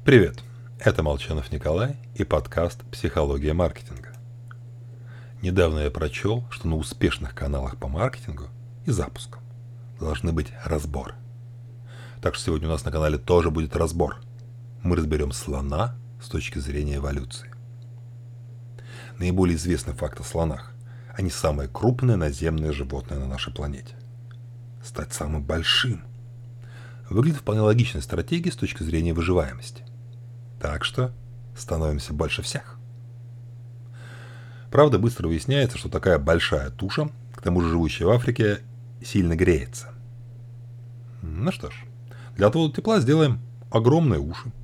Привет, это Молчанов Николай и подкаст «Психология маркетинга». Недавно я прочел, что на успешных каналах по маркетингу и запускам должны быть разборы. Так что сегодня у нас на канале тоже будет разбор. Мы разберем слона с точки зрения эволюции. Наиболее известный факт о слонах. Они самое крупное наземное животное на нашей планете. Стать самым большим выглядит вполне логичной стратегией с точки зрения выживаемости. Так что становимся больше всех. Правда, быстро выясняется, что такая большая туша, к тому же живущая в Африке, сильно греется. Ну что ж, для отвода тепла сделаем огромные уши.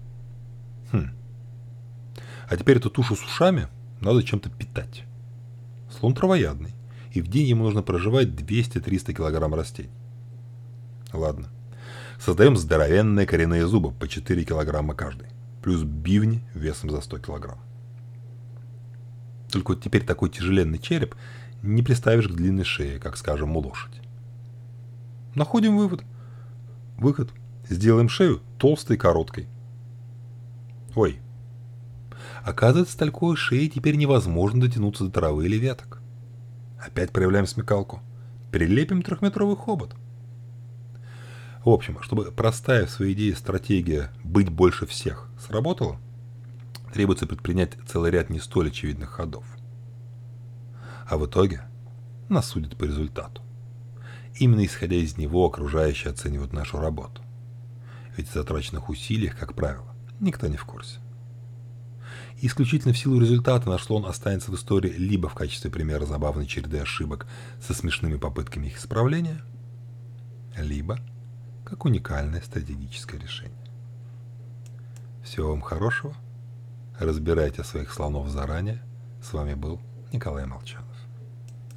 А теперь эту тушу с ушами надо чем-то питать. Слон травоядный, и в день ему нужно проживать 200-300 килограмм растений. Ладно, создаем здоровенные коренные зубы по 4 килограмма каждый, плюс бивни весом за 100 килограмм. Только вот теперь такой тяжеленный череп не приставишь к длинной шее, как, скажем, у лошади. Находим выход. Сделаем шею толстой и короткой. Ой, оказывается, с такой шеей теперь невозможно дотянуться до травы или веток. Опять проявляем смекалку. Прилепим 3-метровый хобот. В общем, чтобы простая в своей идее стратегия «быть больше всех» сработала, требуется предпринять целый ряд не столь очевидных ходов. А в итоге нас судят по результату. Именно исходя из него окружающие оценивают нашу работу. Ведь о затраченных усилиях, как правило, никто не в курсе. И исключительно в силу результата наш слон останется в истории либо в качестве примера забавной череды ошибок со смешными попытками их исправления, либо как уникальное стратегическое решение. Всего вам хорошего. Разбирайте своих слонов заранее. С вами был Николай Молчанов.